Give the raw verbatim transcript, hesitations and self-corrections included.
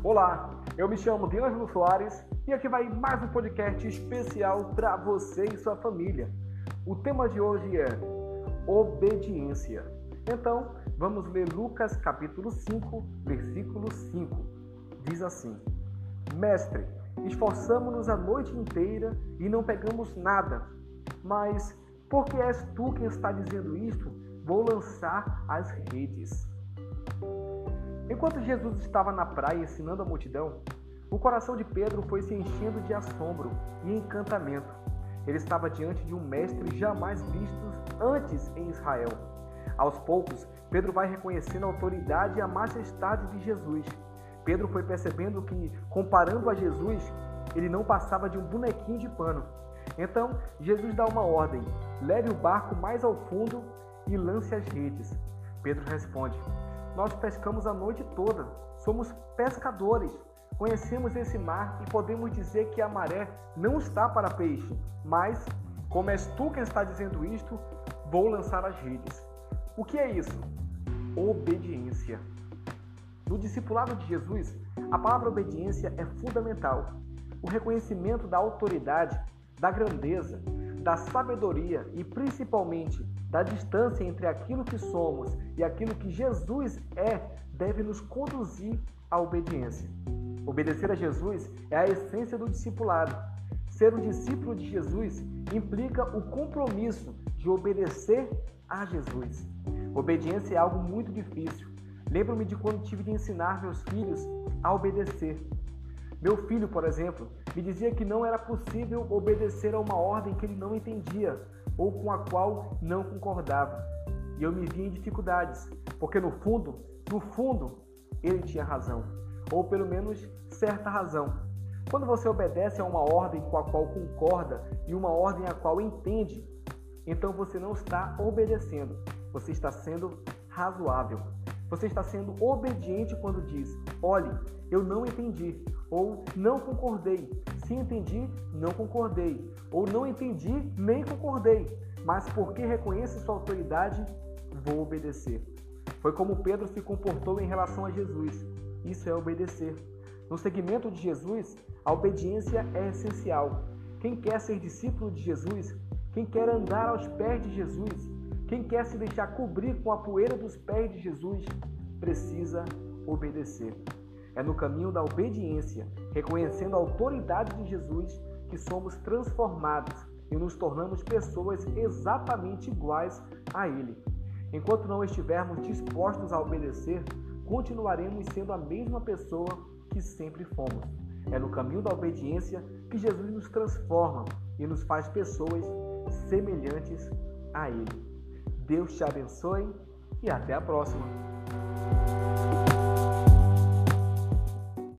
Olá, eu me chamo D'Angelo Soares e aqui vai mais um podcast especial para você e sua família. O tema de hoje é obediência. Então, vamos ler Lucas capítulo cinco, versículo cinco. Diz assim: Mestre, esforçamo-nos a noite inteira e não pegamos nada, mas porque és tu quem está dizendo isto, vou lançar as redes. Enquanto Jesus estava na praia ensinando a multidão, o coração de Pedro foi se enchendo de assombro e encantamento. Ele estava diante de um mestre jamais visto antes em Israel. Aos poucos, Pedro vai reconhecendo a autoridade e a majestade de Jesus. Pedro foi percebendo que, comparando a Jesus, ele não passava de um bonequinho de pano. Então, Jesus dá uma ordem: leve o barco mais ao fundo e lance as redes. Pedro responde: nós pescamos a noite toda, somos pescadores, conhecemos esse mar e podemos dizer que a maré não está para peixe, mas, como és tu quem está dizendo isto, vou lançar as redes. O que é isso? Obediência. No discipulado de Jesus, a palavra obediência é fundamental. O reconhecimento da autoridade, da grandeza, da sabedoria e principalmente da distância entre aquilo que somos e aquilo que Jesus é, deve nos conduzir à obediência. Obedecer a Jesus é a essência do discipulado. Ser um discípulo de Jesus implica o compromisso de obedecer a Jesus. Obediência é algo muito difícil. Lembro-me de quando tive de ensinar meus filhos a obedecer. Meu filho, por exemplo, me dizia que não era possível obedecer a uma ordem que ele não entendia ou com a qual não concordava. E eu me via em dificuldades, porque no fundo, no fundo, ele tinha razão, ou pelo menos certa razão. Quando você obedece a uma ordem com a qual concorda e uma ordem a qual entende, então você não está obedecendo, você está sendo razoável. Você está sendo obediente quando diz: olhe, eu não entendi, ou não concordei. Se entendi, não concordei, ou não entendi, nem concordei, mas porque reconheço sua autoridade, vou obedecer. Foi como Pedro se comportou em relação a Jesus. Isso é obedecer. No seguimento de Jesus, a obediência é essencial. Quem quer ser discípulo de Jesus, quem quer andar aos pés de Jesus, quem quer se deixar cobrir com a poeira dos pés de Jesus, precisa obedecer. É no caminho da obediência, reconhecendo a autoridade de Jesus, que somos transformados e nos tornamos pessoas exatamente iguais a Ele. Enquanto não estivermos dispostos a obedecer, continuaremos sendo a mesma pessoa que sempre fomos. É no caminho da obediência que Jesus nos transforma e nos faz pessoas semelhantes a Ele. Deus te abençoe e até a próxima.